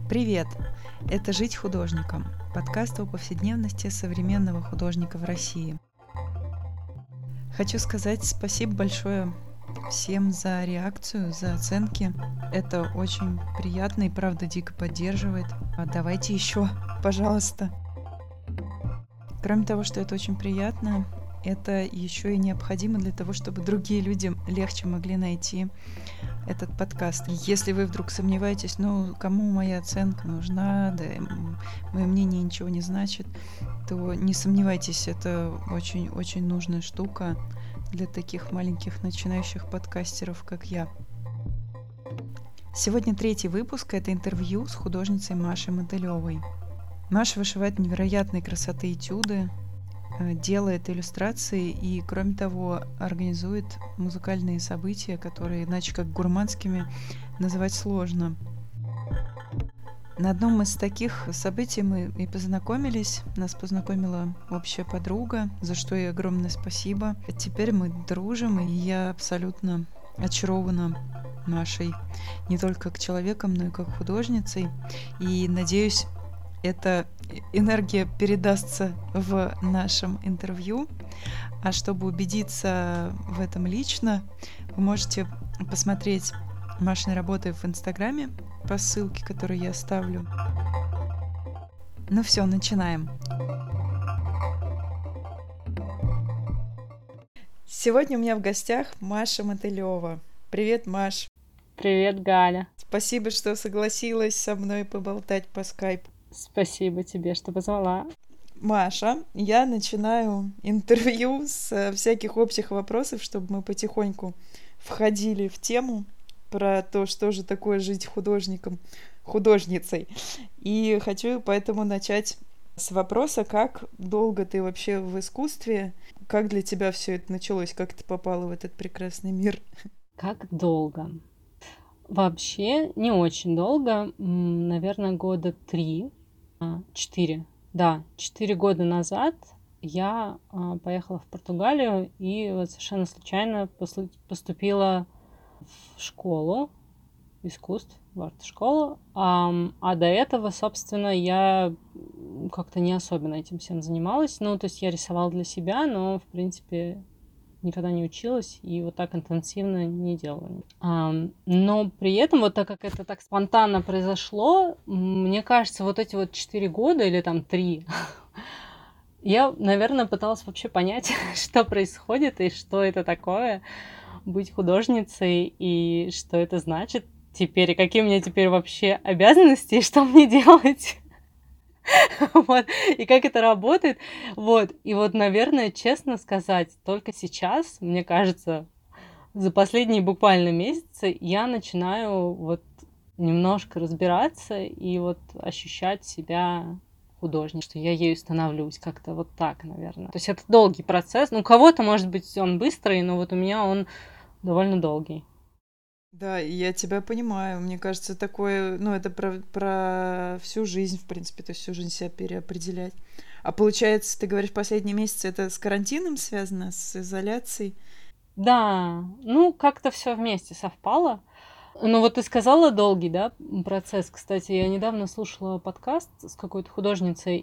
Привет! Это «Жить художником» – подкаст о повседневности современного художника в России. Хочу сказать спасибо большое всем за реакцию, за оценки. Это очень приятно и правда дико поддерживает. Давайте еще, пожалуйста. Кроме того, что это очень приятно, это еще и необходимо для того, чтобы другие люди легче могли найти этот подкаст. Если вы вдруг сомневаетесь, кому моя оценка нужна, да, мое мнение ничего не значит, то не сомневайтесь, это очень-очень нужная штука для таких маленьких начинающих подкастеров, как я. Сегодня 3-й выпуск, это интервью с художницей Машей Мотылевой. Маша вышивает невероятной красоты этюды, делает иллюстрации и, кроме того, организует музыкальные события, которые иначе как гурманскими называть сложно. На одном из таких событий мы и познакомились. Нас познакомила общая подруга, за что ей огромное спасибо. Теперь мы дружим, и я абсолютно очарована Машей не только как человеком, но и как художницей. И надеюсь, эта энергия передастся в нашем интервью. А чтобы убедиться в этом лично, вы можете посмотреть Машины работы в Инстаграме по ссылке, которую я оставлю. Ну все, начинаем. Сегодня у меня в гостях Маша Мотылева. Привет, Маш. Привет, Галя. Спасибо, что согласилась со мной поболтать по скайпу. Спасибо тебе, что позвала. Маша, я начинаю интервью с всяких общих вопросов, чтобы мы потихоньку входили в тему про то, что же такое жить художником, художницей. И хочу поэтому начать с вопроса, как долго ты вообще в искусстве, как для тебя все это началось, как ты попала в этот прекрасный мир? Как долго? Вообще не очень долго, наверное, 4 года назад я поехала в Португалию и вот совершенно случайно поступила в школу искусств, в арт-школу. А до этого, собственно, я как-то не особенно этим всем занималась. То есть я рисовала для себя, но, в принципе, никогда не училась и вот так интенсивно не делала. Но при этом, вот так как это так спонтанно произошло, мне кажется, вот эти вот 4 года или там 3, я, наверное, пыталась вообще понять, что происходит и что это такое быть художницей, и что это значит теперь, и какие у меня теперь вообще обязанности, и что мне делать. Вот, и как это работает. Вот, и вот, наверное, честно сказать, только сейчас, мне кажется, за последние буквально месяцы я начинаю вот немножко разбираться и вот ощущать себя художником, что я ею становлюсь как-то вот так, наверное. То есть это долгий процесс. У кого-то, может быть, он быстрый, но вот у меня он довольно долгий. Да, я тебя понимаю. Мне кажется, такое, это про всю жизнь, в принципе, то есть всю жизнь себя переопределять. А получается, ты говоришь, последние месяцы это с карантином связано, с изоляцией? Да, как-то все вместе совпало. Вот ты сказала долгий, да, процесс. Кстати, я недавно слушала подкаст с какой-то художницей,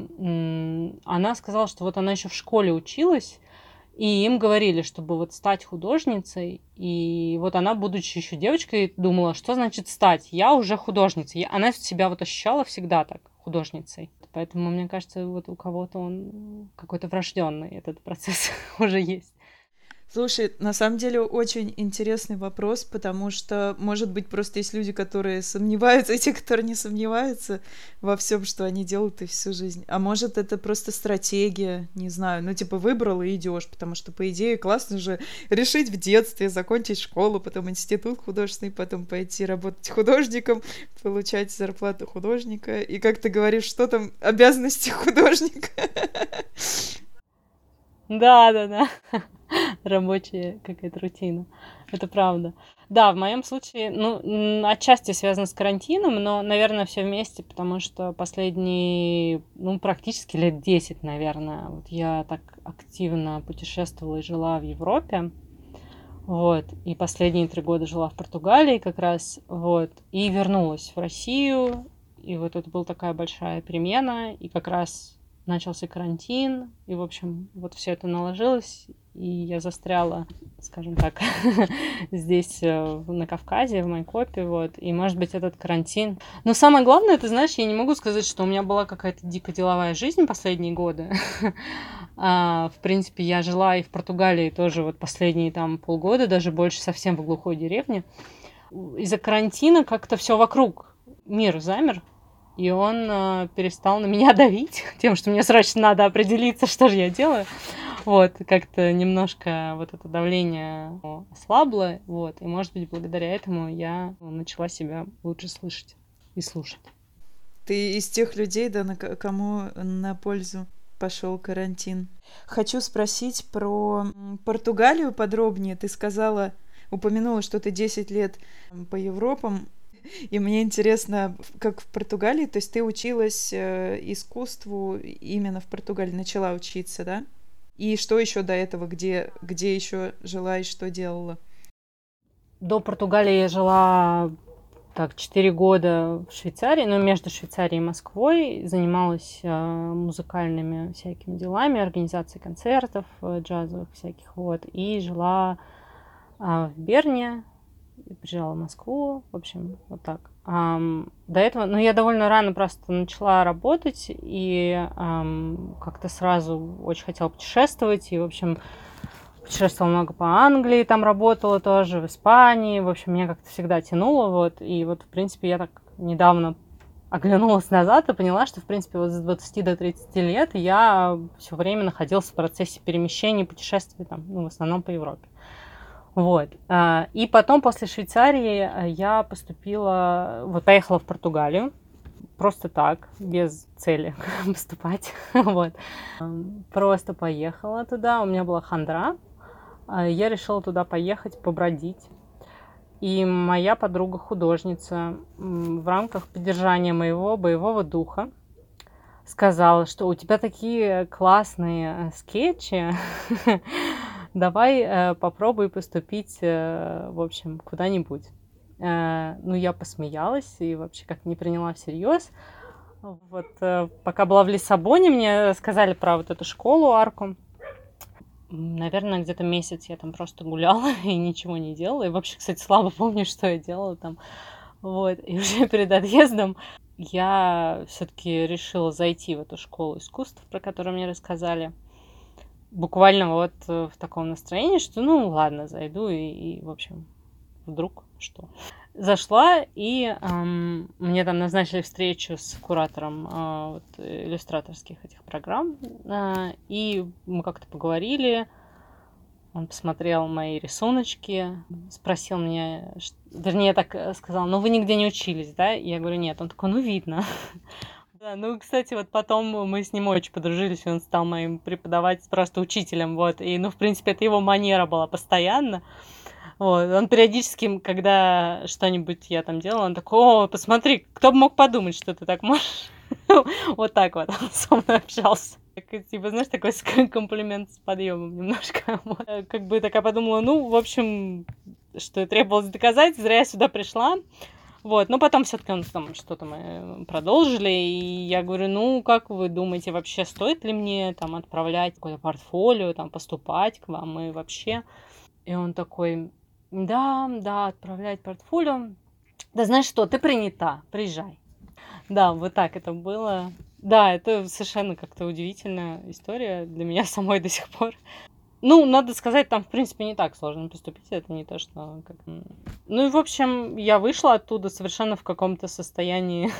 и она сказала, что вот она еще в школе училась, и им говорили, чтобы вот стать художницей. И вот она, будучи еще девочкой, думала, что значит стать? Я уже художница. Она себя вот ощущала всегда так, художницей. Поэтому, мне кажется, вот у кого-то он какой-то врожденный этот процесс уже есть. Слушай, на самом деле очень интересный вопрос, потому что, может быть, просто есть люди, которые сомневаются, и те, которые не сомневаются во всем, что они делают и всю жизнь. А может, это просто стратегия, не знаю, выбрал и идешь, потому что, по идее, классно же решить в детстве, закончить школу, потом институт художественный, потом пойти работать художником, получать зарплату художника. И как ты говоришь, что там обязанности художника? Да. Рабочая какая-то рутина. Это правда. Да, в моем случае, отчасти связано с карантином, но, наверное, все вместе, потому что последние, практически лет 10, наверное, вот я так активно путешествовала и жила в Европе. Вот. И последние 3 года жила в Португалии как раз. Вот. И вернулась в Россию. И вот это была такая большая перемена, и как раз начался карантин, и, в общем, вот все это наложилось, и я застряла, скажем так, здесь, на Кавказе, в Майкопе, вот, и, может быть, этот карантин. Но самое главное, ты знаешь, я не могу сказать, что у меня была какая-то дико деловая жизнь последние годы. В принципе, я жила и в Португалии тоже вот последние там полгода, даже больше совсем в глухой деревне. Из-за карантина как-то все вокруг, мир замер, и он перестал на меня давить тем, что мне срочно надо определиться, что же я делаю. Вот, как-то немножко вот это давление ослабло, вот, и, может быть, благодаря этому я начала себя лучше слышать и слушать. Ты из тех людей, да, кому на пользу пошел карантин. Хочу спросить про Португалию подробнее. Ты упомянула, что ты 10 лет по Европам. И мне интересно, как в Португалии, то есть ты училась искусству именно в Португалии, начала учиться, да? И что еще до этого, где еще жила и что делала? До Португалии я жила 4 года в Швейцарии, но между Швейцарией и Москвой занималась музыкальными всякими делами, организацией концертов джазовых всяких, вот, и жила в Берне, приезжала в Москву, в общем, вот так. До этого, я довольно рано просто начала работать и как-то сразу очень хотела путешествовать, и, в общем, путешествовала много по Англии, там работала тоже, в Испании, в общем, меня как-то всегда тянуло, вот, и вот, в принципе, я так недавно оглянулась назад и поняла, что, в принципе, вот с 20 до 30 лет я все время находилась в процессе перемещений, путешествий, там, в основном по Европе. Вот. И потом, после Швейцарии, я поехала в Португалию, просто так, без цели поступать, вот. Просто поехала туда, у меня была хандра, я решила туда поехать, побродить. И моя подруга-художница в рамках поддержания моего боевого духа сказала, что у тебя такие классные скетчи, давай попробуй поступить, в общем, куда-нибудь. Я посмеялась и вообще как не приняла всерьез. Вот, пока была в Лиссабоне, мне сказали про вот эту школу Арку. Наверное, где-то месяц я там просто гуляла и ничего не делала. И вообще, кстати, слабо помню, что я делала там. Вот, и уже перед отъездом я все-таки решила зайти в эту школу искусств, про которую мне рассказали. Буквально вот в таком настроении, что ладно, зайду и в общем, вдруг что. Зашла, и мне там назначили встречу с куратором иллюстраторских этих программ, и мы как-то поговорили, он посмотрел мои рисуночки, спросил меня, вернее, так сказал, вы нигде не учились, да? И я говорю, нет. Он такой, видно. Да, кстати, вот потом мы с ним очень подружились, он стал моим преподавателем, просто учителем, вот, и, в принципе, это его манера была постоянно, вот, он периодически, когда что-нибудь я там делала, он такой, посмотри, кто бы мог подумать, что ты так можешь, вот так вот он со мной общался, типа, знаешь, такой комплимент с подъемом немножко, как бы такая подумала, в общем, что требовалось доказать, зря я сюда пришла. Вот, но потом все-таки он там что-то мы продолжили, и я говорю, как вы думаете, вообще стоит ли мне там отправлять какое-то портфолио, там поступать к вам и вообще? И он такой, да, отправлять портфолио. Да знаешь что, ты принята, приезжай. Да, вот так это было. Да, это совершенно как-то удивительная история для меня самой до сих пор. Надо сказать, там, в принципе, не так сложно поступить. Это не то, что... и, в общем, я вышла оттуда совершенно в каком-то состоянии,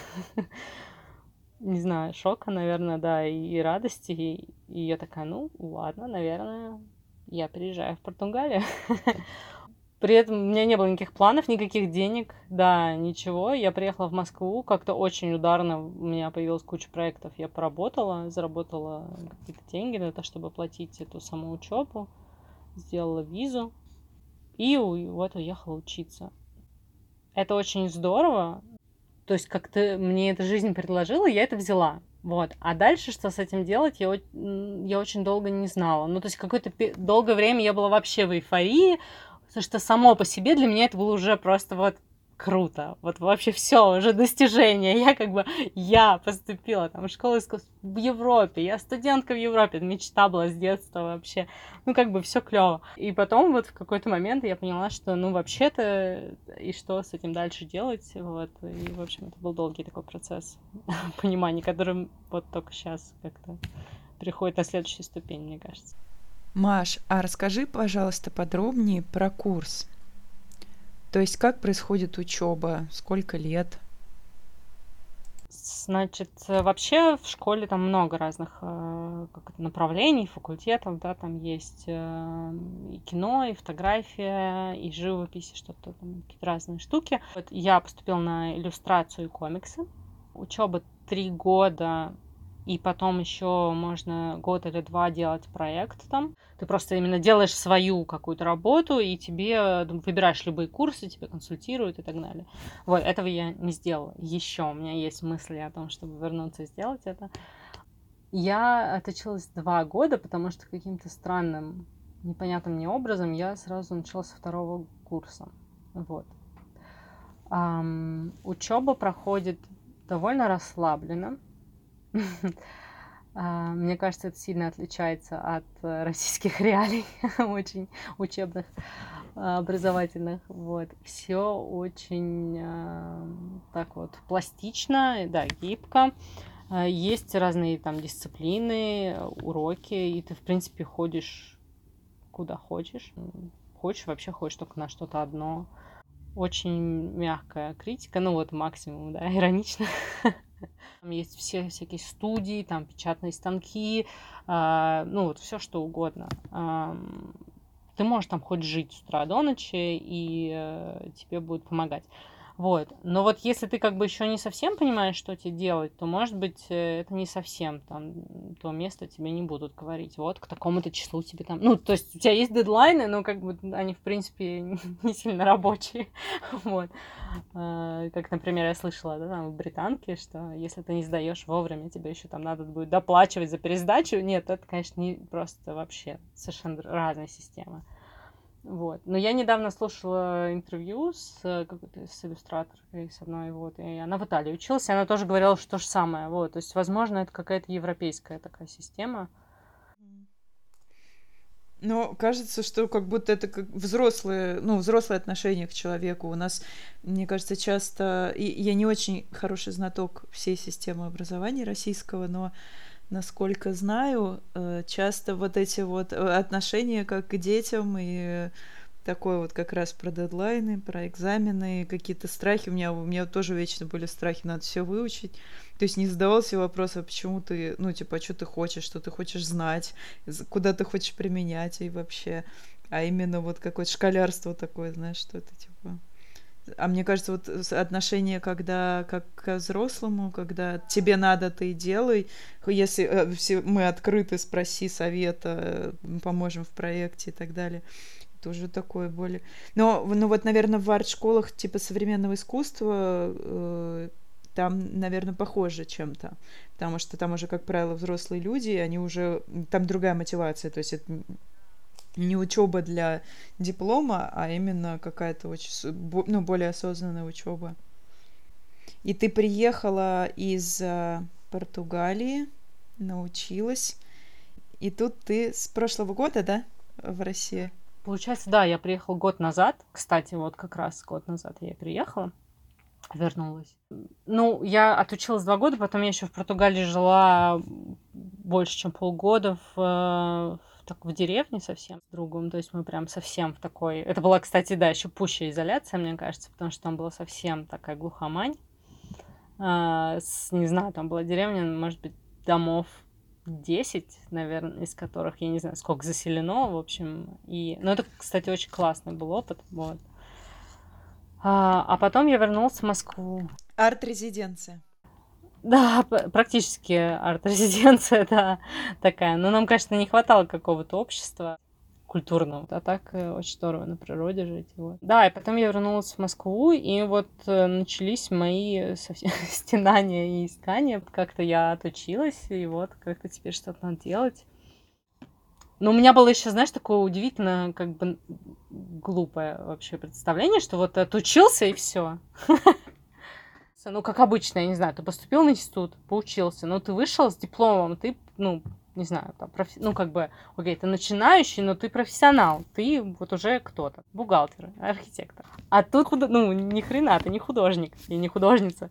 не знаю, шока, наверное, да, и радости. И я такая, ладно, наверное, я переезжаю в Португалию. При этом у меня не было никаких планов, никаких денег, да, ничего. Я приехала в Москву, как-то очень ударно у меня появилась куча проектов. Я поработала, заработала какие-то деньги на то, чтобы оплатить эту саму учебу, сделала визу и вот уехала учиться. Это очень здорово. То есть как-то мне эта жизнь предложила, я это взяла. Вот. А дальше, что с этим делать, я очень долго не знала. То есть какое-то долгое время я была вообще в эйфории, потому что само по себе для меня это было уже просто вот круто, вот вообще все уже достижение, я поступила там в школу искусств в Европе, я студентка в Европе, мечта была с детства вообще, все клево. И потом вот в какой-то момент я поняла, что, вообще-то, и что с этим дальше делать, вот, и, в общем, это был долгий такой процесс понимания, который вот только сейчас как-то переходит на следующую ступень, мне кажется. Маш, а расскажи, пожалуйста, подробнее про курс. То есть как происходит учеба, сколько лет? Значит, вообще в школе там много разных направлений, факультетов, да, там есть и кино, и фотография, и живопись, и что-то там, какие-то разные штуки. Вот я поступила на иллюстрацию и комиксы. Учеба 3 года, и потом еще можно год или 2 делать проект там. Ты просто именно делаешь свою какую-то работу, и тебе выбираешь любые курсы, тебе консультируют и так далее. Вот, этого я не сделала. Еще у меня есть мысли о том, чтобы вернуться и сделать это. Я отучилась 2 года, потому что каким-то странным, непонятным мне образом я сразу начала со 2-го курса. Вот. Учеба проходит довольно расслабленно. Мне кажется, это сильно отличается от российских реалий, очень учебных, образовательных. Вот. Все очень так вот пластично, да, гибко. Есть разные там дисциплины, уроки, и ты, в принципе, ходишь куда хочешь. Хочешь, вообще ходишь только на что-то одно. Очень мягкая критика, максимум, да, иронично. Там есть все всякие студии, там печатные станки, все что угодно. Ты можешь там хоть жить с утра до ночи, и тебе будет помогать. Вот. Но вот если ты еще не совсем понимаешь, что тебе делать, то, может быть, это не совсем там то место, тебе не будут говорить. Вот, к такому-то числу тебе там... то есть у тебя есть дедлайны, но они, в принципе, не сильно рабочие. Вот. Как, например, я слышала, да, там в британке, что если ты не сдаешь вовремя, тебе еще там надо будет доплачивать за пересдачу. Нет, это, конечно, не просто вообще совершенно разная система. Вот. Но я недавно слушала интервью с иллюстраторкой с одной, вот, и она в Италии училась, и она тоже говорила, что то же самое. Вот. То есть, возможно, это какая-то европейская такая система. Но кажется, что как будто это как взрослые отношения к человеку. У нас, мне кажется, часто... И я не очень хороший знаток всей системы образования российского, но насколько знаю, часто вот эти вот отношения как к детям и такое вот как раз про дедлайны, про экзамены, какие-то страхи. У меня тоже вечно были страхи, надо все выучить. То есть не задавался вопрос, а почему ты, а что ты хочешь знать, куда ты хочешь применять и вообще. А именно вот какое-то школярство такое, знаешь, что это типа... А мне кажется, вот отношение, когда как к взрослому, когда тебе надо, ты делай. Если мы открыты, спроси совета, поможем в проекте и так далее. Это уже такое более... Но вот, наверное, в арт-школах типа современного искусства там, наверное, похоже чем-то. Потому что там уже, как правило, взрослые люди, они уже... Там другая мотивация. То есть это не учеба для диплома, а именно какая-то очень, более осознанная учеба. И ты приехала из Португалии, научилась, и тут ты с прошлого года, да, в России? Получается, да, я приехала год назад. Кстати, вот как раз год назад я приехала, вернулась. Я отучилась 2 года, потом я еще в Португалии жила больше, чем полгода в деревне совсем с другом. То есть мы прям совсем в такой... Это была, кстати, да, еще пущая изоляция, мне кажется, потому что там была совсем такая глухомань. Не знаю, там была деревня, может быть, домов 10, наверное, из которых, я не знаю, сколько заселено, в общем. Это, кстати, очень классный был опыт, вот. А потом я вернулась в Москву. Арт-резиденция. Да, практически арт-резиденция, да, такая. Но нам, конечно, не хватало какого-то общества культурного. А так очень здорово на природе жить. Вот. Да, и потом я вернулась в Москву, и вот начались мои совсем стенания и искания. Как-то я отучилась, и вот как-то теперь что-то надо делать. Но у меня было еще, знаешь, такое удивительно, как бы глупое вообще представление, что вот ты отучился и все. Ну, как обычно, я не знаю, ты поступил в институт, поучился, но ты вышел с дипломом, ты, ну, не знаю, там, ну, как бы, окей, ты начинающий, но ты профессионал, ты вот уже кто-то, бухгалтер, архитектор. А тут, ну, ни хрена, ты не художник и не художница.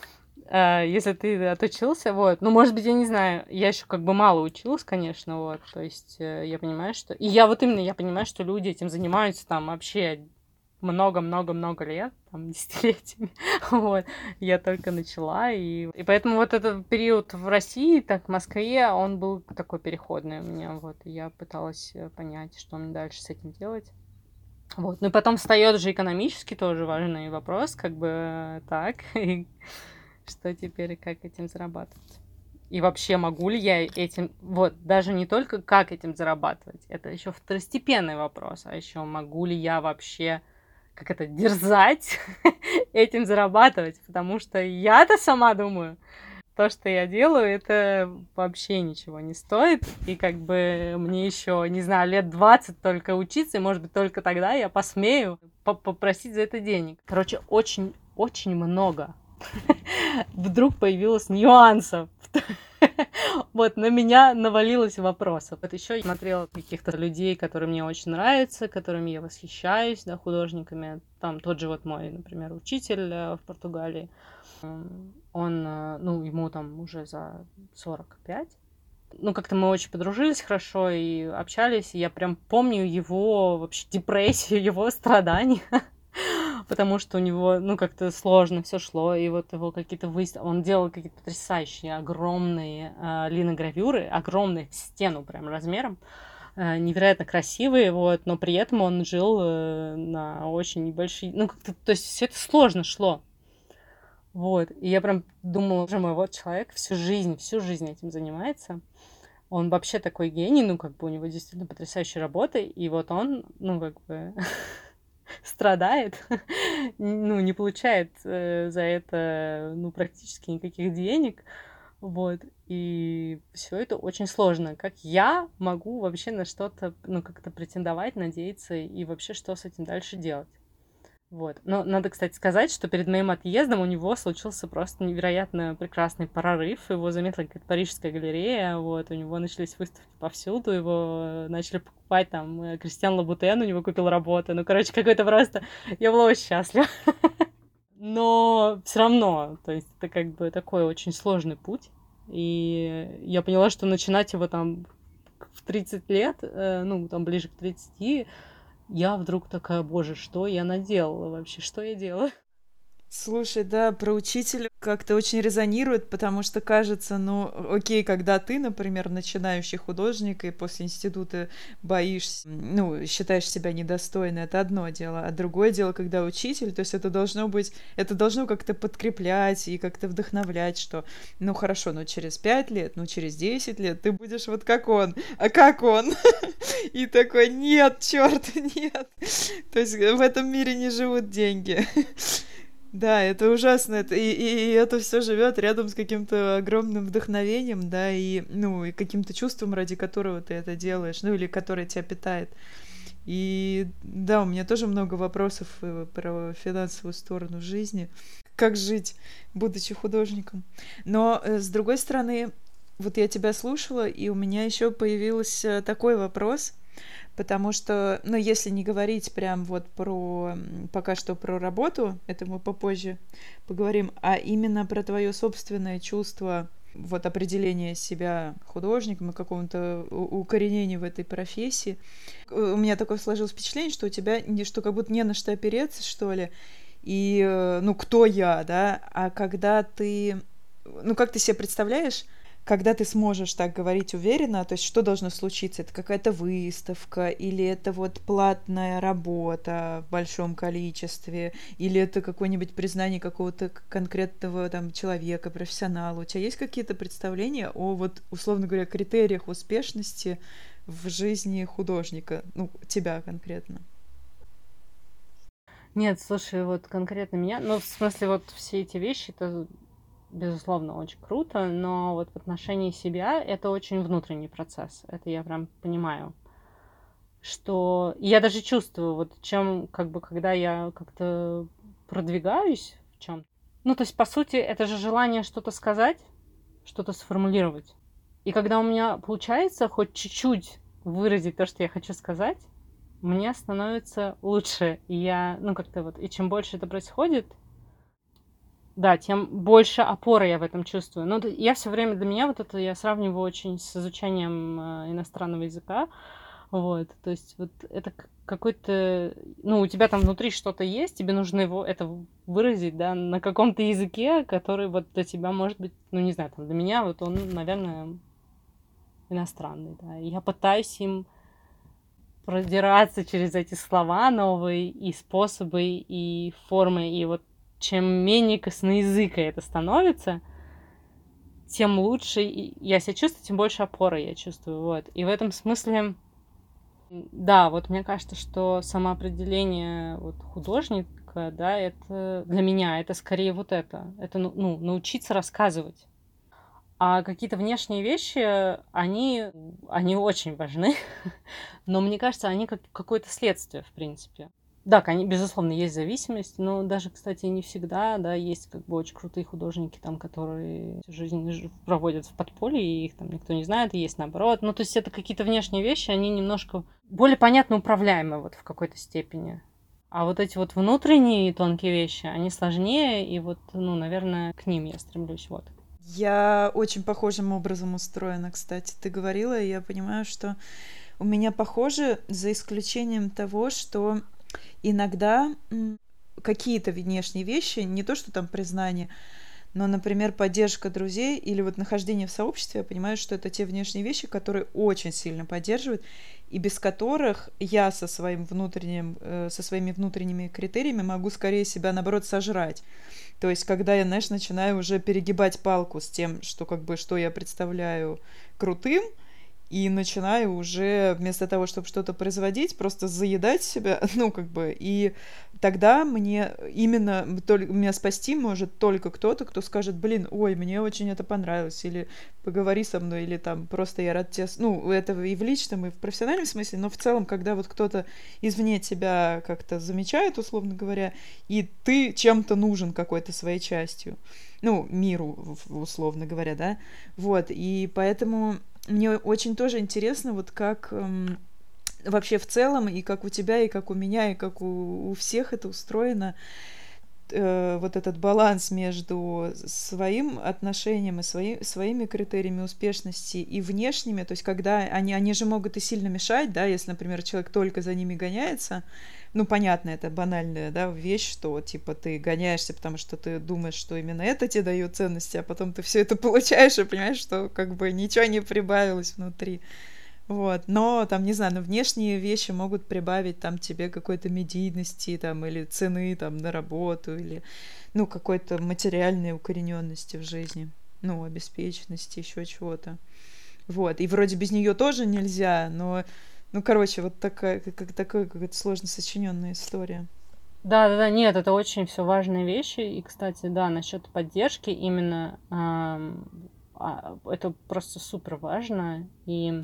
Если ты отучился, вот. Ну, может быть, я не знаю, я еще как бы мало училась, конечно, вот. То есть я понимаю, что... И я вот именно, я понимаю, что люди этим занимаются там вообще много-много-много лет, там, десятилетиями. Вот. Я только начала, и поэтому вот этот период в России, так, в Москве, он был такой переходный у меня, вот. И я пыталась понять, что мне дальше с этим делать. Вот. Ну и потом встает же экономически тоже важный вопрос, как бы так, и что теперь и как этим зарабатывать. И вообще могу ли я этим, вот, даже не только как этим зарабатывать, это еще второстепенный вопрос, а еще могу ли я вообще, как это, дерзать этим зарабатывать, потому что я-то сама думаю, то, что я делаю, это вообще ничего не стоит, и как бы мне еще, не знаю, лет 20 только учиться, и, может быть, только тогда я посмею попросить за это денег. Короче, очень много вдруг появилось нюансов. Вот, на меня навалилось вопросов. Вот еще я смотрела каких-то людей, которые мне очень нравятся, которыми я восхищаюсь, да, художниками. Там тот же вот мой, например, учитель в Португалии. Он, ну, ему там уже за 45. Ну, как-то мы очень подружились хорошо и общались. И я прям помню его вообще депрессию, его страдания. Потому что у него, ну, как-то сложно все шло, и вот его какие-то выставки... Он делал какие-то потрясающие, огромные линогравюры, огромные, в стену прям размером, невероятно красивые, вот, но при этом он жил на очень небольшие... Ну, как-то, то есть все это сложно шло. Вот, и я прям думала, боже мой, вот человек всю жизнь этим занимается. Он вообще такой гений, ну, как бы у него действительно потрясающие работы, и вот он, ну, как бы... страдает, ну, не получает за это, ну, практически никаких денег, вот, и все это очень сложно. Как я могу вообще на что-то, ну, как-то претендовать, надеяться и вообще что с этим дальше делать? Вот. Но надо, кстати, сказать, что перед моим отъездом у него случился просто невероятно прекрасный прорыв. Его заметила какая-то парижская галерея, вот, у него начались выставки повсюду, его начали покупать, там, Кристиан Лабутен у него купил работы. Ну, короче, какой-то просто... Я была очень счастлива. Но все равно, то есть это как бы такой очень сложный путь. И я поняла, что начинать его там в 30 лет, ну, там, ближе к 30, я вдруг такая, боже, что я наделала вообще, что я делаю? Слушай, да, про учителя как-то очень резонирует, потому что кажется, ну, окей, когда ты, например, начинающий художник и после института боишься, ну, считаешь себя недостойной, это одно дело, а другое дело, когда учитель, то есть это должно быть, это должно как-то подкреплять и как-то вдохновлять, что, ну, хорошо, ну, через 5 лет, ну, через 10 лет ты будешь вот как он, а как он? И такой, нет, черт, нет. То есть в этом мире не живут деньги. Да, это ужасно, и это все живет рядом с каким-то огромным вдохновением, да, и, ну, и каким-то чувством, ради которого ты это делаешь, ну, или которое тебя питает. И да, у меня тоже много вопросов про финансовую сторону жизни. Как жить, будучи художником. Но, с другой стороны, вот я тебя слушала, и у меня еще появился такой вопрос, потому что, ну, если не говорить прям вот про, пока что про работу, это мы попозже поговорим, а именно про твое собственное чувство, вот определение себя художником и какого-то укоренения в этой профессии. У меня такое сложилось впечатление, что у тебя, что как будто не на что опереться, что ли, и, ну, кто я, да, а когда ты, ну, как ты себе представляешь, когда ты сможешь так говорить уверенно, то есть что должно случиться? Это какая-то выставка, или это вот платная работа в большом количестве, или это какое-нибудь признание какого-то конкретного там человека, профессионала? У тебя есть какие-то представления о, вот, условно говоря, критериях успешности в жизни художника? Ну, тебя конкретно. Нет, слушай, вот конкретно меня, ну, в смысле, вот все эти вещи, это безусловно, очень круто, но вот в отношении себя это очень внутренний процесс. Это я прям понимаю, что я даже чувствую, вот чем, как бы, когда я как-то продвигаюсь в чем. Ну, то есть, по сути, это же желание что-то сказать, что-то сформулировать. И когда у меня получается хоть чуть-чуть выразить то, что я хочу сказать, мне становится лучше. И я, ну, как-то вот, и чем больше это происходит, да, тем больше опоры я в этом чувствую. Но я все время, для меня вот это я сравниваю очень с изучением иностранного языка. Вот, то есть вот это какой-то, ну, у тебя там внутри что-то есть, тебе нужно его это выразить, да, на каком-то языке, который вот для тебя может быть, ну, не знаю, там, для меня вот он, наверное, иностранный, да, и я пытаюсь им продираться через эти слова новые и способы, и формы, и вот чем менее косноязыко это становится, тем лучше я себя чувствую, тем больше опоры я чувствую, вот. И в этом смысле, да, вот мне кажется, что самоопределение вот художника, да, это для меня, это скорее вот это, ну, научиться рассказывать. А какие-то внешние вещи, они очень важны, но мне кажется, они как какое-то следствие, в принципе. Да, безусловно, есть зависимость, но даже, кстати, не всегда, да, есть как бы очень крутые художники, там, которые всю жизнь проводят в подполье, и их там никто не знает, и есть наоборот. Ну, то есть это какие-то внешние вещи, они немножко более понятно управляемы вот в какой-то степени. А вот эти вот внутренние тонкие вещи, они сложнее, и вот, ну, наверное, к ним я стремлюсь, вот. Я очень похожим образом устроена, кстати. Ты говорила, и я понимаю, что у меня похоже, за исключением того, что иногда какие-то внешние вещи, не то, что там признание, но, например, поддержка друзей или вот нахождение в сообществе, я понимаю, что это те внешние вещи, которые очень сильно поддерживают, и без которых я со своими внутренними критериями могу скорее себя, наоборот, сожрать. То есть, когда я, знаешь, начинаю уже перегибать палку с тем, что как бы, что я представляю крутым, и начинаю уже вместо того, чтобы что-то производить, просто заедать себя, ну, как бы, и тогда мне именно, меня спасти может только кто-то, кто скажет, блин, ой, мне очень это понравилось, или поговори со мной, или там, просто я рад тебя, ну, это и в личном, и в профессиональном смысле, но в целом, когда вот кто-то извне тебя как-то замечает, условно говоря, и ты чем-то нужен какой-то своей частью, ну, миру, условно говоря, да, вот, и поэтому мне очень тоже интересно, вот как вообще в целом, и как у тебя, и как у меня, и как у всех это устроено, вот этот баланс между своим отношением и своими критериями успешности и внешними, то есть когда они же могут и сильно мешать, да, если, например, человек только за ними гоняется, ну, понятно, это банальная, да, вещь, что, типа, ты гоняешься, потому что ты думаешь, что именно это тебе дает ценности, а потом ты все это получаешь и понимаешь, что, как бы, ничего не прибавилось внутри. Вот, но там, не знаю, но внешние вещи могут прибавить там тебе какой-то медийности там или цены там на работу или, ну, какой-то материальной укорененности в жизни, ну, обеспеченности, еще чего-то. Вот, и вроде без нее тоже нельзя, но, ну, короче, вот такая какая-то сложно сочиненная история. Да, нет, это очень все важные вещи. И, кстати, да, насчет поддержки именно это просто супер важно. И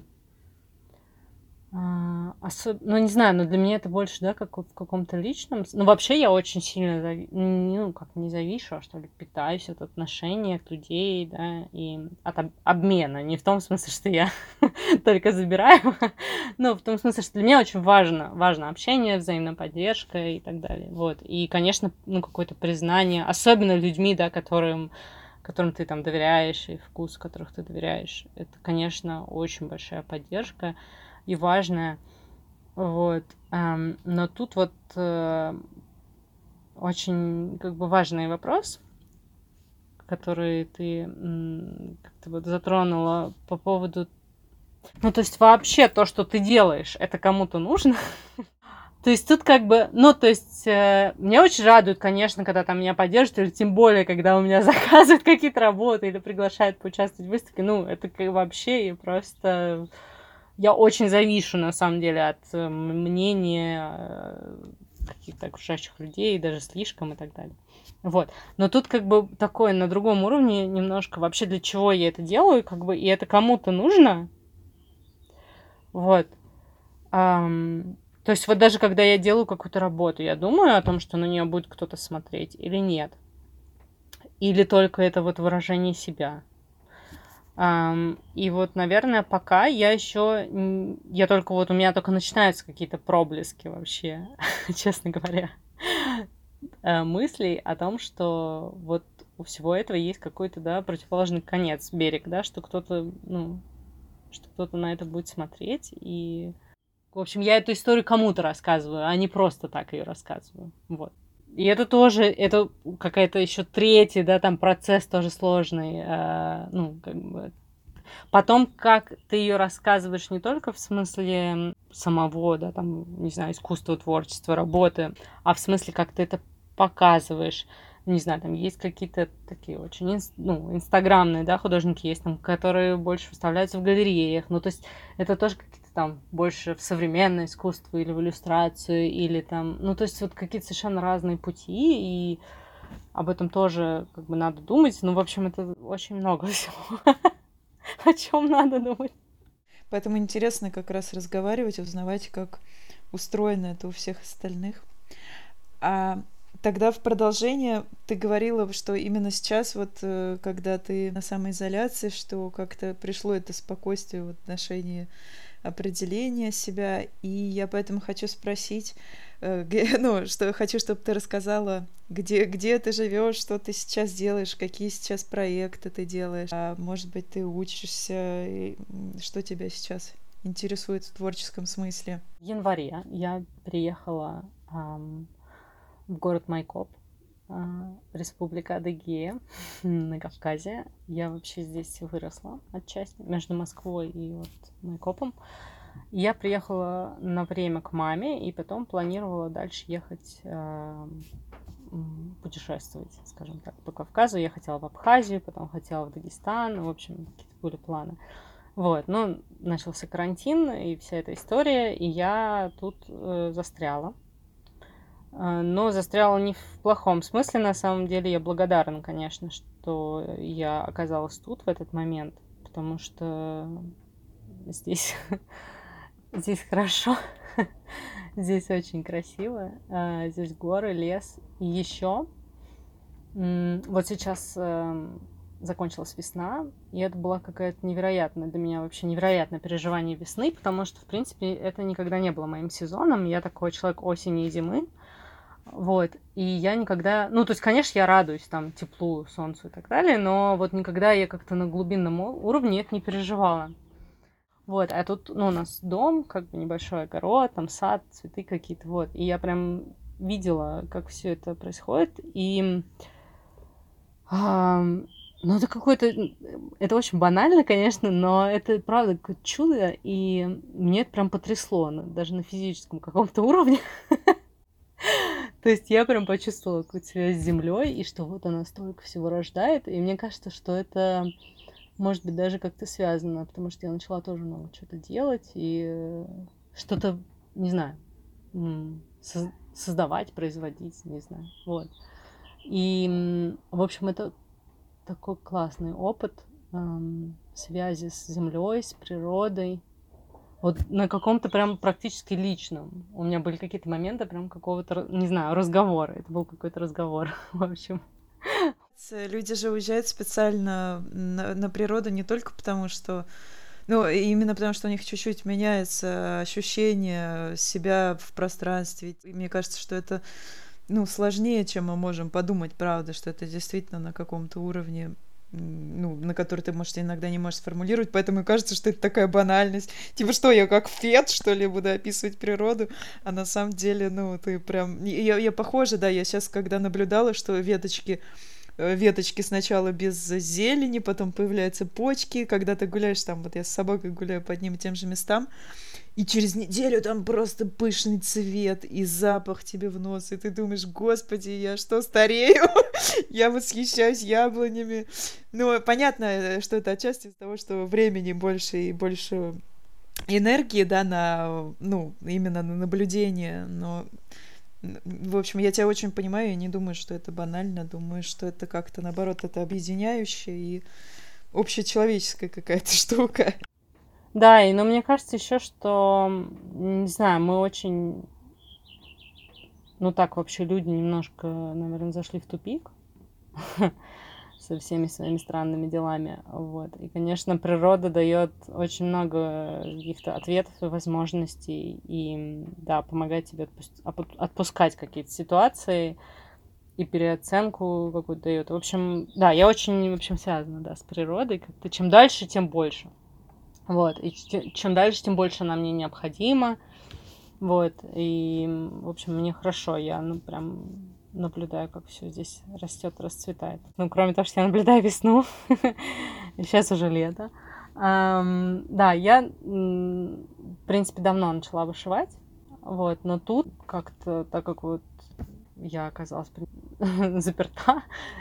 ну, не знаю, но для меня это больше, да, как в каком-то личном. Ну, вообще я очень сильно, ну, как не завишу, а что ли, питаюсь от отношений, от людей, да, и от обмена. Не в том смысле, что я только забираю, но в том смысле, что для меня очень важно общение, взаимная поддержка и так далее. Вот. И, конечно, ну, какое-то признание, особенно людьми, да, которым ты там доверяешь, и вкус которых ты доверяешь. Это, конечно, очень большая поддержка и важная. Вот. Но тут вот очень как бы важный вопрос, который ты как-то вот затронула по поводу... Ну, то есть вообще то, что ты делаешь, это кому-то нужно. То есть тут как бы, ну, то есть меня очень радует, конечно, когда там меня поддерживают, или тем более, когда у меня заказывают какие-то работы или приглашают поучаствовать в выставке. Ну, это как вообще и просто... Я очень завишу, на самом деле, от мнения каких-то окружающих людей, даже слишком и так далее. Вот. Но тут как бы такое на другом уровне немножко вообще для чего я это делаю, как бы, и это кому-то нужно. Вот. То есть вот даже когда я делаю какую-то работу, я думаю о том, что на нее будет кто-то смотреть или нет. Или только это вот выражение себя. И вот, наверное, пока я еще... Я только вот... У меня только начинаются какие-то проблески вообще, честно говоря, мыслей о том, что вот у всего этого есть какой-то, да, противоположный конец, берег, да, что кто-то, ну, что кто-то на это будет смотреть. И, в общем, я эту историю кому-то рассказываю, а не просто так ее рассказываю. Вот. И это тоже, это какая-то еще третий, да, там процесс тоже сложный, ну, как бы. Потом, как ты ее рассказываешь не только в смысле самого, да, там, не знаю, искусства, творчества, работы, а в смысле, как ты это показываешь. Не знаю, там есть какие-то такие очень, инстаграмные, да, художники есть, там, которые больше выставляются в галереях. Ну, то есть это тоже какие-то там больше в современное искусство или в иллюстрацию, или там, ну, то есть вот какие-то совершенно разные пути, и об этом тоже как бы надо думать. Ну, в общем, это очень много всего. О чем надо думать. Поэтому интересно как раз разговаривать, узнавать, как устроено это у всех остальных. А тогда в продолжение ты говорила, что именно сейчас, вот когда ты на самоизоляции, что как-то пришло это спокойствие в отношении определения себя. И я поэтому хочу спросить, что хочу, чтобы ты рассказала, где ты живешь, что ты сейчас делаешь, какие сейчас проекты ты делаешь, а может быть, ты учишься, и что тебя сейчас интересует в творческом смысле? В январе я приехала в город Майкоп, Республика Адыгея на Кавказе. Я вообще здесь выросла отчасти, между Москвой и вот Майкопом. Я приехала на время к маме и потом планировала дальше ехать путешествовать, скажем так, по Кавказу. Я хотела в Абхазию, потом хотела в Дагестан. В общем, какие-то были планы. Вот, ну, начался карантин и вся эта история, и я тут застряла. Но застряла не в плохом смысле, на самом деле. Я благодарна, конечно, что я оказалась тут в этот момент, потому что здесь, здесь хорошо, здесь очень красиво, здесь горы, лес. И еще вот сейчас закончилась весна, и это была какая-то невероятная для меня вообще невероятное переживание весны, потому что, в принципе, это никогда не было моим сезоном. Я такой человек осени и зимы. Вот, и я никогда... Ну, то есть, конечно, я радуюсь там теплу, солнцу и так далее, но вот никогда я как-то на глубинном уровне это не переживала. Вот, а тут, ну, у нас дом, как бы небольшой огород, там сад, цветы какие-то, вот. И я прям видела, как все это происходит, и... Ну, это какое-то... Это очень банально, конечно, но это, правда, какое-то чудо, и мне это прям потрясло, даже на физическом каком-то уровне. То есть я прям почувствовала какую-то связь с землей, и что вот она столько всего рождает. И мне кажется, что это может быть даже как-то связано, потому что я начала тоже много что-то делать и что-то, не знаю, создавать, производить, не знаю. Вот. И, в общем, это такой классный опыт связи с землей, с природой. Вот на каком-то прям практически личном. У меня были какие-то моменты прям какого-то, не знаю, разговора. Это был какой-то разговор, в общем. Люди же уезжают специально на природу не только потому, что... Ну, именно потому, что у них чуть-чуть меняется ощущение себя в пространстве. И мне кажется, что это, ну, сложнее, чем мы можем подумать, правда, что это действительно на каком-то уровне, ну, на который ты, может, иногда не можешь сформулировать, поэтому кажется, что это такая банальность. Типа, что, я как Фет, что ли, буду описывать природу? А на самом деле, ну, ты прям... Я похожа, да, я сейчас, когда наблюдала, что веточки сначала без зелени, потом появляются почки, когда ты гуляешь там, вот я с собакой гуляю по одним и тем же местам, и через неделю там просто пышный цвет и запах тебе в нос, и ты думаешь, господи, я что, старею? Я восхищаюсь яблонями. Ну, понятно, что это отчасти из-за того, что времени больше и больше энергии, да, на, ну, именно на наблюдение, но В общем, я тебя очень понимаю, и не думаю, что это банально. Думаю, что это как-то, наоборот, это объединяющее и общечеловеческая какая-то штука. Да, но мне кажется еще, что, не знаю, мы очень, ну так вообще люди немножко, наверное, зашли в тупик со всеми своими странными делами, вот. И, конечно, природа дает очень много каких-то ответов и возможностей, и, да, помогает тебе отпускать какие-то ситуации, и переоценку какую-то дает. В общем, да, я очень, в общем, связана, да, с природой. Как-то чем дальше, тем больше. Вот, и чем дальше, тем больше она мне необходима. Вот, и, в общем, мне хорошо, я, ну, прям наблюдаю, как все здесь растет, расцветает. Ну, кроме того, что я наблюдаю весну, сейчас уже лето. Да, я, в принципе, давно начала вышивать, вот, но тут как-то, так как вот я оказалась заперта,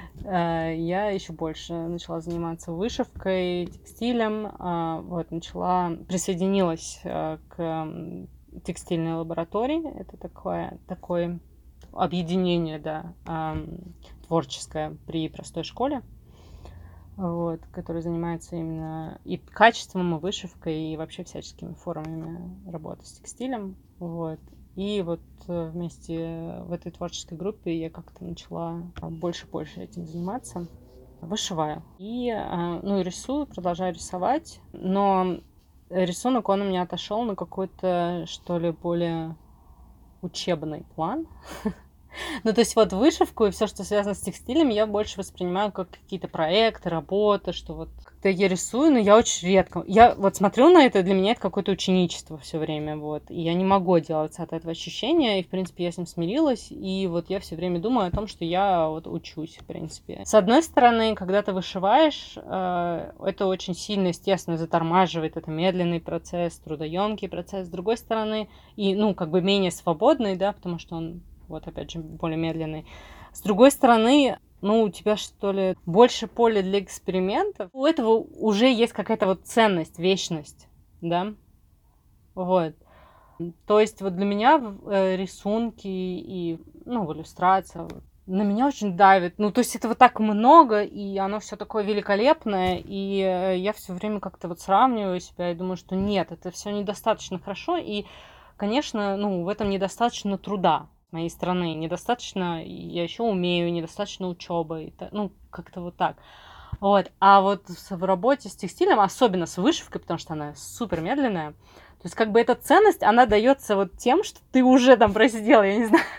я еще больше начала заниматься вышивкой, текстилем, вот, присоединилась к текстильной лаборатории. Это такое объединение, да, творческое при простой школе, вот, которое занимается именно и качеством, и вышивкой, и вообще всяческими формами работы с текстилем, вот. И вот вместе в этой творческой группе я как-то начала больше этим заниматься. Вышиваю. И, ну, и рисую, продолжаю рисовать. Но рисунок, он у меня отошел на какой-то, что ли, более учебный план. Ну, то есть вот вышивку и все, что связано с текстилем, я больше воспринимаю как какие-то проекты, работы, что вот как-то я рисую, но я очень редко. Я вот смотрю на это, для меня это какое-то ученичество все время, вот. И я не могу отделаться от этого ощущения, и, в принципе, я с ним смирилась, и вот я все время думаю о том, что я вот учусь, в принципе. С одной стороны, когда ты вышиваешь, это очень сильно, естественно, затормаживает, это медленный процесс, трудоемкий процесс. С другой стороны, и, ну, как бы менее свободный, да, потому что он вот, опять же, более медленный. С другой стороны, ну, у тебя, что ли, больше поля для экспериментов. У этого уже есть какая-то вот ценность, вечность, да? Вот. То есть вот для меня рисунки и, ну, иллюстрация на меня очень давит. Ну, то есть этого так много, и оно все такое великолепное, и я все время как-то вот сравниваю себя и думаю, что нет, это все недостаточно хорошо, и, конечно, ну, в этом недостаточно труда моей стороны, недостаточно, я еще умею, недостаточно учебы, ну, как-то вот так. Вот. А вот в работе с текстилем, особенно с вышивкой, потому что она супер медленная, то есть как бы эта ценность, она дается вот тем, что ты уже там просидела, я не знаю,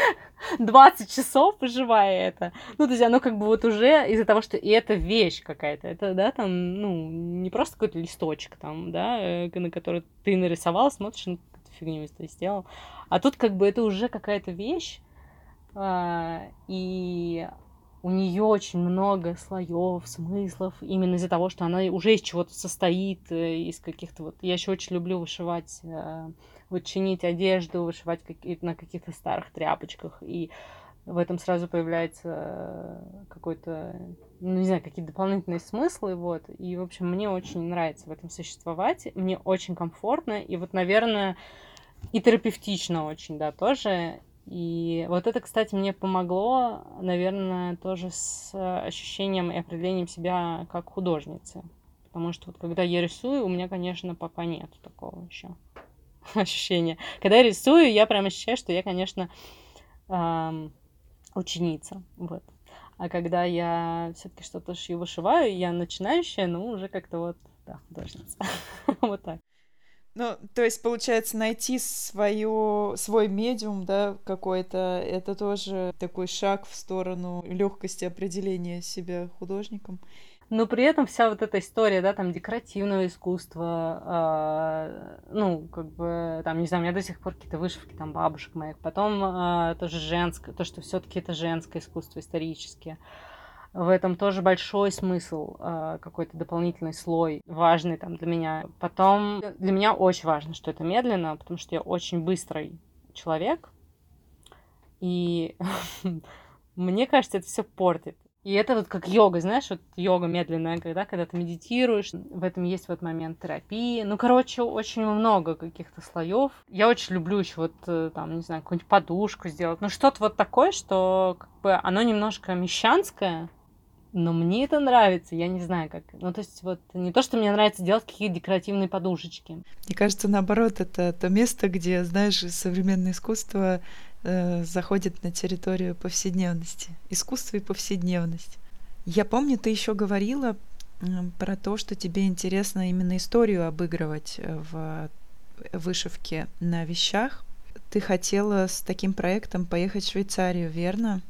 20 часов выживая это. Ну, то есть оно как бы вот уже из-за того, что и это вещь какая-то. Это, да, там, ну, не просто какой-то листочек там, да, на который ты нарисовал, смотришь, ну, какую-то фигню ты сделал. А тут как бы это уже какая-то вещь, и у нее очень много слоев, смыслов, именно из-за того, что она уже из чего-то состоит, из каких-то вот... Я еще очень люблю вышивать, вот чинить одежду, вышивать на каких-то старых тряпочках, и в этом сразу появляется какой-то, ну, не знаю, какие-то дополнительные смыслы, вот. И, в общем, мне очень нравится в этом существовать, мне очень комфортно, и вот, наверное, и терапевтично очень, да, тоже. И вот это, кстати, мне помогло, наверное, тоже с ощущением и определением себя как художницы. Потому что вот когда я рисую, у меня, конечно, пока нет такого еще ощущения. Когда я рисую, я прям ощущаю, что я, конечно, ученица. Вот. А когда я все-таки что-то шью, вышиваю, я начинающая, ну, уже как-то вот, да, художница. Вот так. Ну, то есть, получается, найти свой медиум, да, какой-то, это тоже такой шаг в сторону легкости определения себя художником. Но при этом вся вот эта история, да, там, декоративного искусства, ну, как бы, там, не знаю, у меня до сих пор какие-то вышивки, там, бабушек моих, потом тоже женское, то, что все-таки это женское искусство исторически. В этом тоже большой смысл, какой-то дополнительный слой, важный там для меня. Потом для меня очень важно, что это медленно, потому что я очень быстрый человек, и мне кажется, это все портит. И это вот как йога, знаешь, вот йога медленная, когда ты медитируешь, в этом есть вот момент терапии. Ну, короче, очень много каких-то слоев. Я очень люблю еще вот там, не знаю, какую-нибудь подушку сделать. Ну, что-то вот такое, что как бы оно немножко мещанское, но мне это нравится, я не знаю как. Ну, то есть вот не то, что мне нравится делать какие-то декоративные подушечки. Мне кажется, наоборот, это то место, где, знаешь, современное искусство заходит на территорию повседневности. Искусство и повседневность. Я помню, ты еще говорила про то, что тебе интересно именно историю обыгрывать в вышивке на вещах. Ты хотела с таким проектом поехать в Швейцарию, верно?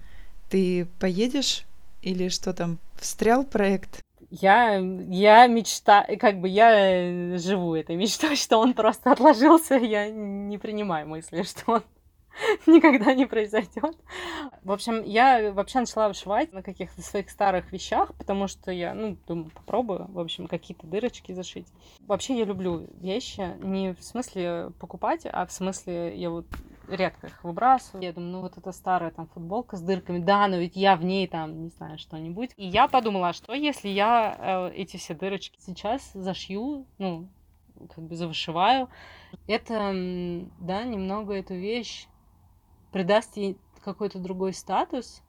Ты поедешь или что там, встрял проект? Я мечтаю, как бы я живу этой мечтой, что он просто отложился. Я не принимаю мысли, что он никогда не произойдет. В общем, я вообще начала вышивать на каких-то своих старых вещах, потому что я, думаю, попробую, в общем, какие-то дырочки зашить. Вообще я люблю вещи, не в смысле покупать, а в смысле я вот редко их выбрасываю. Я думаю, вот эта старая там футболка с дырками, да, но ведь я в ней там, не знаю, что-нибудь. И я подумала, а что если я эти все дырочки сейчас зашью, как бы завышиваю. Это, да, немного эту вещь придаст ей какой-то другой статус,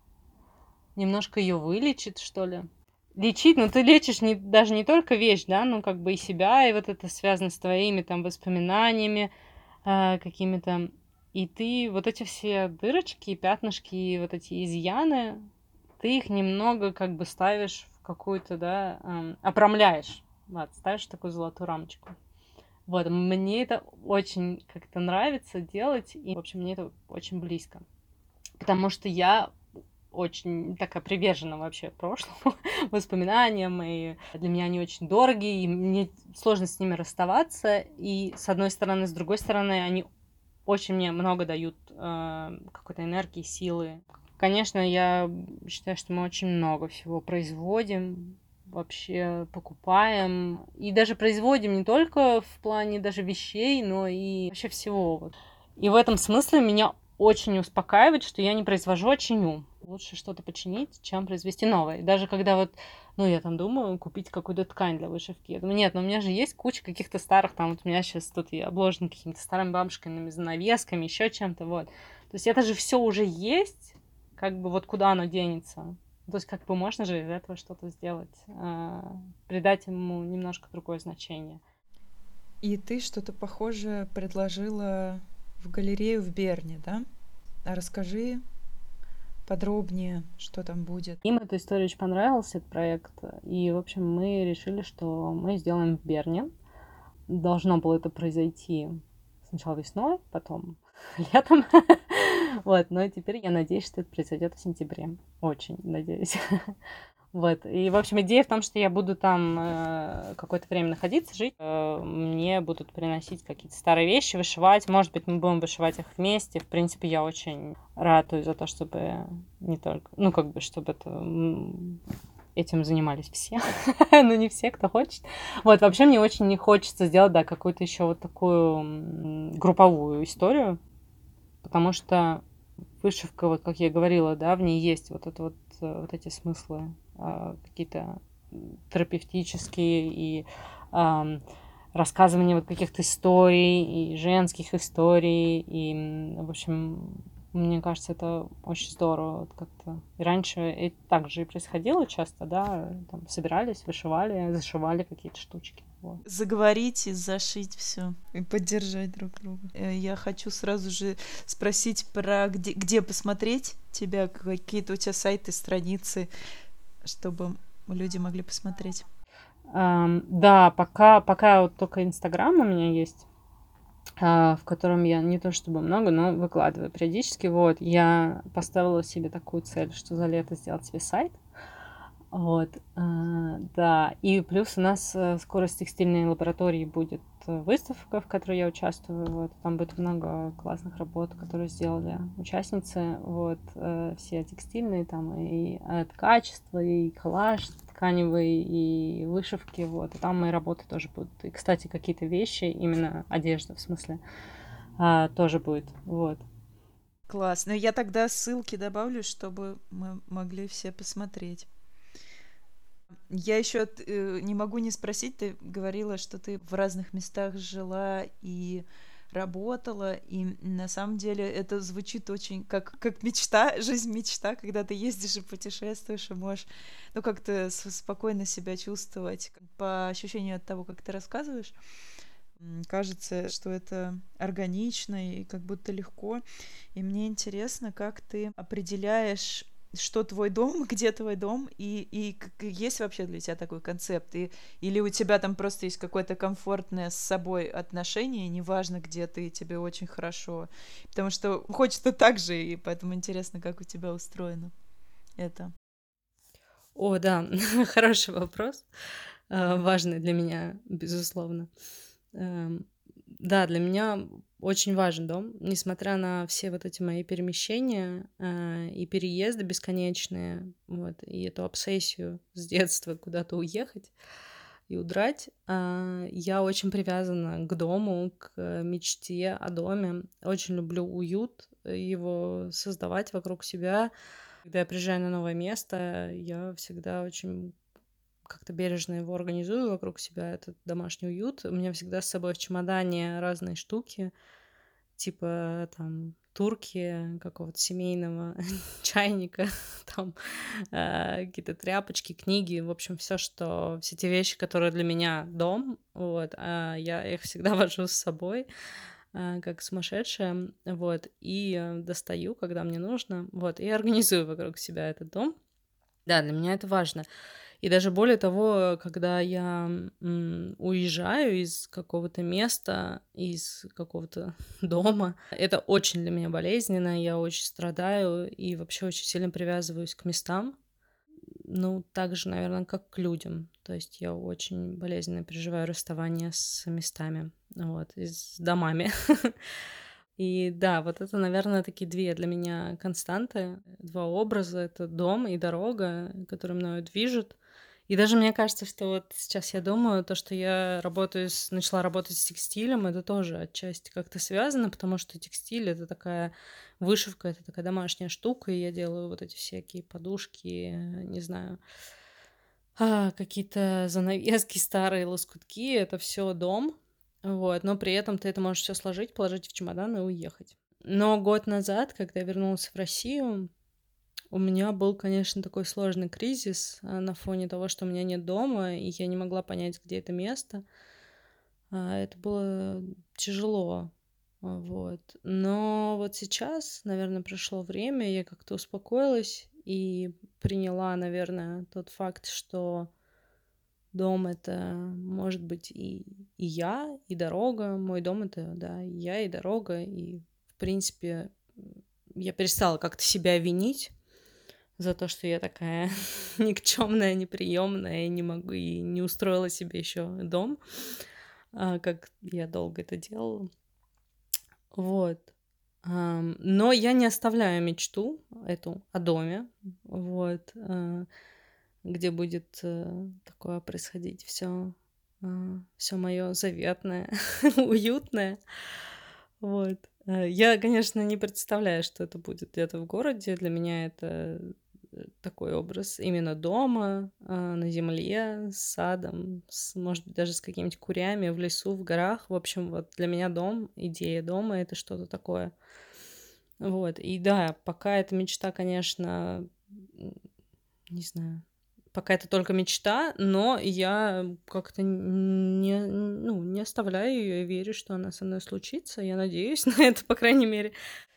немножко ее вылечит, что ли. Лечить, ты лечишь даже не только вещь, да, как бы и себя, и вот это связано с твоими там воспоминаниями какими-то. И ты вот эти все дырочки, пятнышки, и вот эти изъяны, ты их немного как бы ставишь в какую-то, да, обрамляешь. Вот, ставишь такую золотую рамочку. Вот, мне это очень как-то нравится делать, и, в общем, мне это очень близко. Потому что я очень такая привержена вообще прошлому, воспоминаниям, и для меня они очень дорогие, и мне сложно с ними расставаться, и с одной стороны, с другой стороны, они очень мне много дают какой-то энергии, силы. Конечно, я считаю, что мы очень много всего производим, вообще покупаем, и даже производим не только в плане даже вещей, но и вообще всего. И в этом смысле меня очень успокаивает, что я не произвожу, а чиню. Лучше что-то починить, чем произвести новое. И даже когда вот, я там думаю, купить какую-то ткань для вышивки. Я думаю, нет, но у меня же есть куча каких-то старых, там вот у меня сейчас тут и обложены какими-то старыми бабушкиными занавесками, еще чем-то, вот. То есть это же все уже есть, как бы вот куда оно денется. То есть как бы можно же из этого что-то сделать, придать ему немножко другое значение. И ты что-то похожее предложила в галерею в Берне, да? А расскажи подробнее, что там будет. Им эта история очень понравилась, этот проект. И, в общем, мы решили, что мы сделаем в Берне. Должно было это произойти сначала весной, потом летом. Вот, но теперь я надеюсь, что это произойдет в сентябре. Очень надеюсь. Вот. И, в общем, идея в том, что я буду там какое-то время находиться, жить. Мне будут приносить какие-то старые вещи, вышивать. Может быть, мы будем вышивать их вместе. В принципе, я очень ратую за то, чтобы не только... чтобы этим занимались все. Но не все, кто хочет. Вот, вообще, мне очень не хочется сделать, да, какую-то еще вот такую групповую историю. Потому что вышивка, вот как я говорила, да, в ней есть вот эти смыслы какие-то терапевтические и рассказывание вот каких-то историй, и женских историй, и, в общем, мне кажется, это очень здорово вот как-то. И раньше так же и происходило часто, да, там собирались, вышивали, зашивали какие-то штучки. Вот. Заговорить и зашить все и поддержать друг друга. Я хочу сразу же спросить про где посмотреть тебя, какие-то у тебя сайты, страницы, чтобы люди могли посмотреть. Да, пока вот только Инстаграм у меня есть, в котором я не то чтобы много, но выкладываю периодически. Вот, я поставила себе такую цель, что за лето сделать себе сайт. Вот, да. И плюс у нас скоро с текстильной лабораторией будет выставка, в которой я участвую. Вот, там будет много классных работ, которые сделали участницы. Вот, все текстильные, там и от качества, и коллаж тканевый, и вышивки. Вот, и там мои работы тоже будут. И, кстати, какие-то вещи, именно одежда, в смысле, тоже будет. Вот. Класс. Ну, я тогда ссылки добавлю, чтобы мы могли все посмотреть. Я еще не могу не спросить, ты говорила, что ты в разных местах жила и работала, и на самом деле это звучит очень как мечта, жизнь мечта, когда ты ездишь и путешествуешь, и можешь, ну, как-то спокойно себя чувствовать. По ощущению от того, как ты рассказываешь, кажется, что это органично и как будто легко. И мне интересно, как ты определяешь, что твой дом, где твой дом, и есть вообще для тебя такой концепт? Или у тебя там просто есть какое-то комфортное с собой отношение, неважно, где ты, тебе очень хорошо. Потому что хочется так же, и поэтому интересно, как у тебя устроено это. О, да, хороший вопрос. Важный для меня, безусловно. Эм, Да, для меня очень важен дом, несмотря на все вот эти мои перемещения и переезды бесконечные, вот, и эту обсессию с детства куда-то уехать и удрать. Я очень привязана к дому, к мечте о доме. Очень люблю уют, его создавать вокруг себя. Когда я приезжаю на новое место, я всегда очень как-то бережно его организую вокруг себя, этот домашний уют. У меня всегда с собой в чемодане разные штуки, типа там турки, какого-то семейного чайника, там какие-то тряпочки, книги, в общем, все те вещи, которые для меня дом, вот, я их всегда вожу с собой, как сумасшедшая, вот, и достаю, когда мне нужно, вот, и организую вокруг себя этот дом. Да, для меня это важно. И даже более того, когда я уезжаю из какого-то места, из какого-то дома, это очень для меня болезненно, я очень страдаю и вообще очень сильно привязываюсь к местам. Ну, так же, наверное, как к людям. То есть я очень болезненно переживаю расставание с местами, вот, и с домами. И да, вот это, наверное, такие две для меня константы, два образа. Это дом и дорога, которые мною движут. И даже мне кажется, что вот сейчас я думаю, то, что я начала работать с текстилем, это тоже отчасти как-то связано, потому что текстиль — это такая вышивка, это такая домашняя штука, и я делаю вот эти всякие подушки, не знаю, какие-то занавески, старые лоскутки, это все дом, вот, но при этом ты это можешь все сложить, положить в чемодан и уехать. Но год назад, когда я вернулась в Россию, у меня был, конечно, такой сложный кризис на фоне того, что у меня нет дома, и я не могла понять, где это место. Это было тяжело, вот. Но вот сейчас, наверное, пришло время, я как-то успокоилась и приняла, наверное, тот факт, что дом — это может быть и я, и дорога. Мой дом — это, да, и я, и дорога. И, в принципе, я перестала как-то себя винить за то, что я такая никчемная, неприемная, и не могу, и не устроила себе еще дом, как я долго это делала. Вот. Но я не оставляю мечту эту о доме, вот, где будет такое происходить все мое заветное, уютное. Вот. Я, конечно, не представляю, что это будет где-то в городе. Для меня это такой образ именно дома, на земле, с садом, может быть, даже с какими-нибудь курями в лесу, в горах. В общем, вот для меня дом, идея дома — это что-то такое. Вот. И да, пока эта мечта, конечно, не знаю, пока это только мечта, но я как-то не оставляю ее и верю, что она со мной случится. Я надеюсь на это, по крайней мере.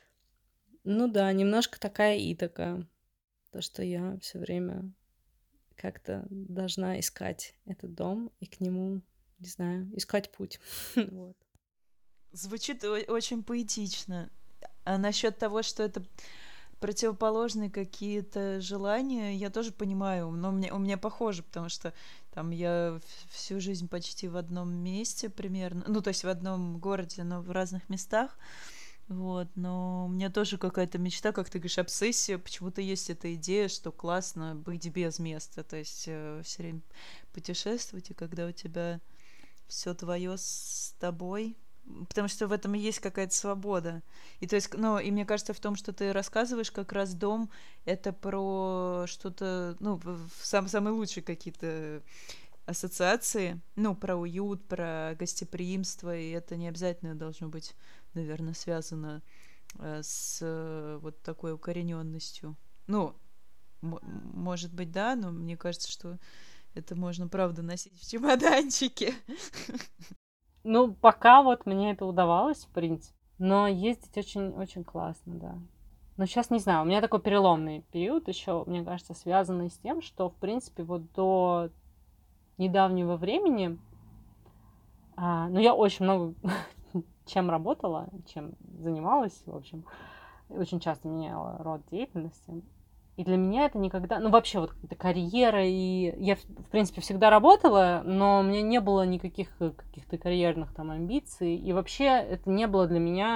Ну да, немножко такая Итака. То, что я все время как-то должна искать этот дом и к нему, не знаю, искать путь. Вот. Звучит очень поэтично. А насчет того, что это противоположные какие-то желания, я тоже понимаю, но у меня похоже, потому что там я всю жизнь почти в одном месте примерно, ну, то есть в одном городе, но в разных местах, вот, но у меня тоже какая-то мечта, как ты говоришь, обсессия, почему-то есть эта идея, что классно быть без места, то есть все время путешествовать, и когда у тебя все твое с тобой, потому что в этом и есть какая-то свобода. И то есть, ну, и мне кажется, в том, что ты рассказываешь, как раз дом это про что-то, ну, самые лучшие какие-то ассоциации, ну, про уют, про гостеприимство, и это не обязательно должно быть, наверное, связано с вот такой укорененностью. Ну, может быть, да, но мне кажется, что это можно, правда, носить в чемоданчике. Ну, пока вот мне это удавалось, в принципе. Но ездить очень-очень классно, да. Но сейчас не знаю, у меня такой переломный период еще, мне кажется, связанный с тем, что, в принципе, вот до недавнего времени, ну, я очень много чем работала, чем занималась, в общем, очень часто меняла род деятельности. И для меня это никогда... Ну, вообще, вот какая-то карьера, и я, в принципе, всегда работала, но у меня не было никаких каких-то карьерных там амбиций, и вообще это не было для меня,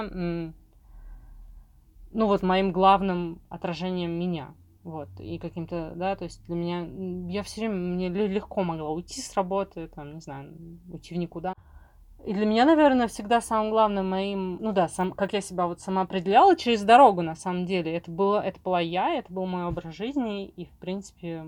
ну, вот моим главным отражением меня. Вот, и каким-то, да, то есть для меня... Я все время... Мне легко могла уйти с работы, там, не знаю, уйти в никуда. И для меня, наверное, всегда самым главным моим, ну да, как я себя вот сама определяла через дорогу, на самом деле, это была я, это был мой образ жизни, и, в принципе,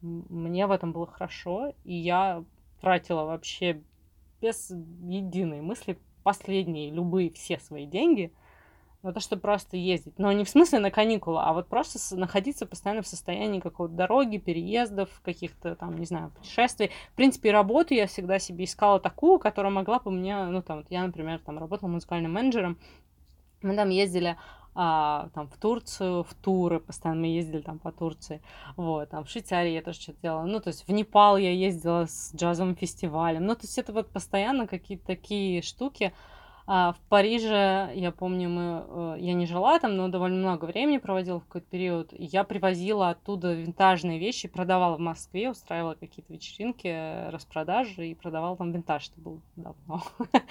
мне в этом было хорошо, и я тратила вообще без единой мысли последние, любые, все свои деньги на то, чтобы просто ездить. Но не в смысле на каникулы, а вот просто находиться постоянно в состоянии какой-то дороги, переездов, каких-то там, не знаю, путешествий. В принципе, работу я всегда себе искала такую, которая могла бы мне, ну там, вот я, например, там работала музыкальным менеджером, мы там ездили там в Турцию, в туры, постоянно мы ездили там по Турции, вот, там в Швейцарии я тоже что-то делала, ну, то есть в Непал я ездила с джазовым фестивалем, ну, то есть это вот постоянно какие-то такие штуки. В Париже, я помню, я не жила там, но довольно много времени проводила в какой-то период. И я привозила оттуда винтажные вещи, продавала в Москве, устраивала какие-то вечеринки, распродажи и продавала там винтаж. Это было давно.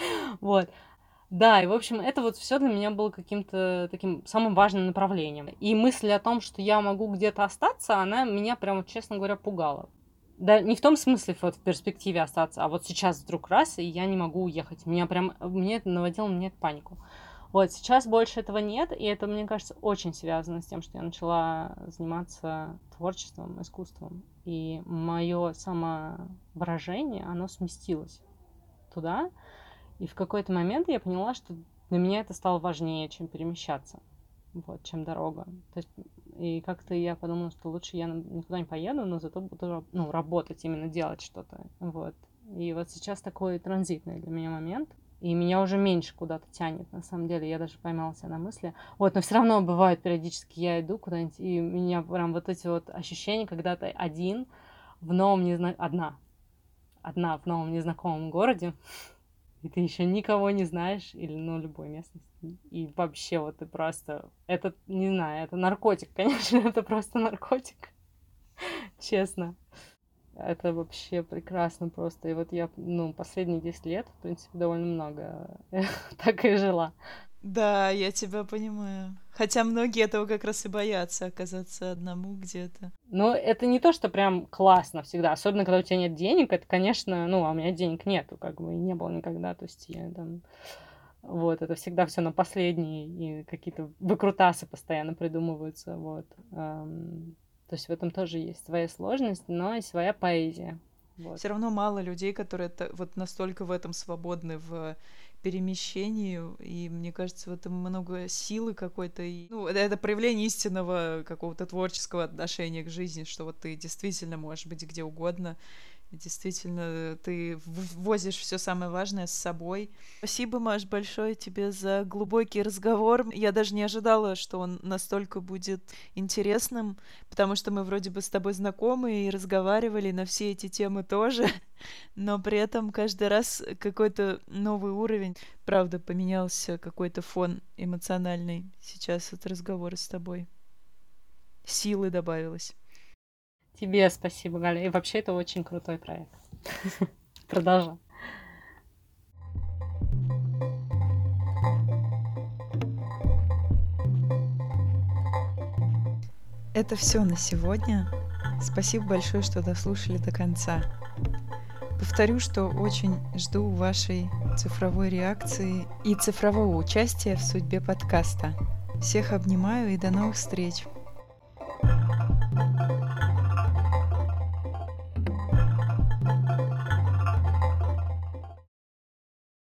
Вот. Да, и, в общем, это вот все для меня было каким-то таким самым важным направлением. И мысль о том, что я могу где-то остаться, она меня прямо, честно говоря, пугала. Да, не в том смысле вот в перспективе остаться, а вот сейчас вдруг раз, и я не могу уехать. Мне это наводило мне панику. Вот, сейчас больше этого нет, и это, мне кажется, очень связано с тем, что я начала заниматься творчеством, искусством. И мое самовыражение, оно сместилось туда. И в какой-то момент я поняла, что для меня это стало важнее, чем перемещаться. Вот, чем дорога. То есть, и как-то я подумала, что лучше я никуда не поеду, но зато буду, ну, работать, именно делать что-то. Вот. И вот сейчас такой транзитный для меня момент. И меня уже меньше куда-то тянет, на самом деле. Я даже поймала себя на мысли. Вот, но все равно бывает периодически, я иду куда-нибудь, и у меня прям вот эти вот ощущения, когда ты одна в новом незнакомом городе, и ты еще никого не знаешь, или, ну, любой местности. И вообще вот ты просто... Это, не знаю, это наркотик, конечно, это просто наркотик. Честно. Это вообще прекрасно просто. И вот я, ну, последние 10 лет, в принципе, довольно много так и жила. Да, я тебя понимаю. Хотя многие этого как раз и боятся, оказаться одному где-то. Но это не то, что прям классно всегда. Особенно, когда у тебя нет денег. Это, конечно, ну, а у меня денег нету, как бы, и не было никогда. То есть я там... Вот, это всегда все на последние, и какие-то выкрутасы постоянно придумываются, вот. То есть в этом тоже есть своя сложность, но и своя поэзия. Вот. Все равно мало людей, которые вот настолько в этом свободны в перемещении, и мне кажется, в этом много силы какой-то. Ну, это проявление истинного какого-то творческого отношения к жизни, что вот ты действительно можешь быть где угодно, и действительно ты возишь все самое важное с собой. Спасибо, Маш, большое тебе за глубокий разговор. Я даже не ожидала, что он настолько будет интересным, потому что мы вроде бы с тобой знакомы и разговаривали на все эти темы тоже, но при этом каждый раз какой-то новый уровень. Правда, поменялся какой-то фон эмоциональный сейчас от разговора с тобой. Силы добавилось. Тебе спасибо, Галя. И вообще это очень крутой проект. Продолжай. Это все на сегодня. Спасибо большое, что дослушали до конца. Повторю, что очень жду вашей цифровой реакции и цифрового участия в судьбе подкаста. Всех обнимаю и до новых встреч!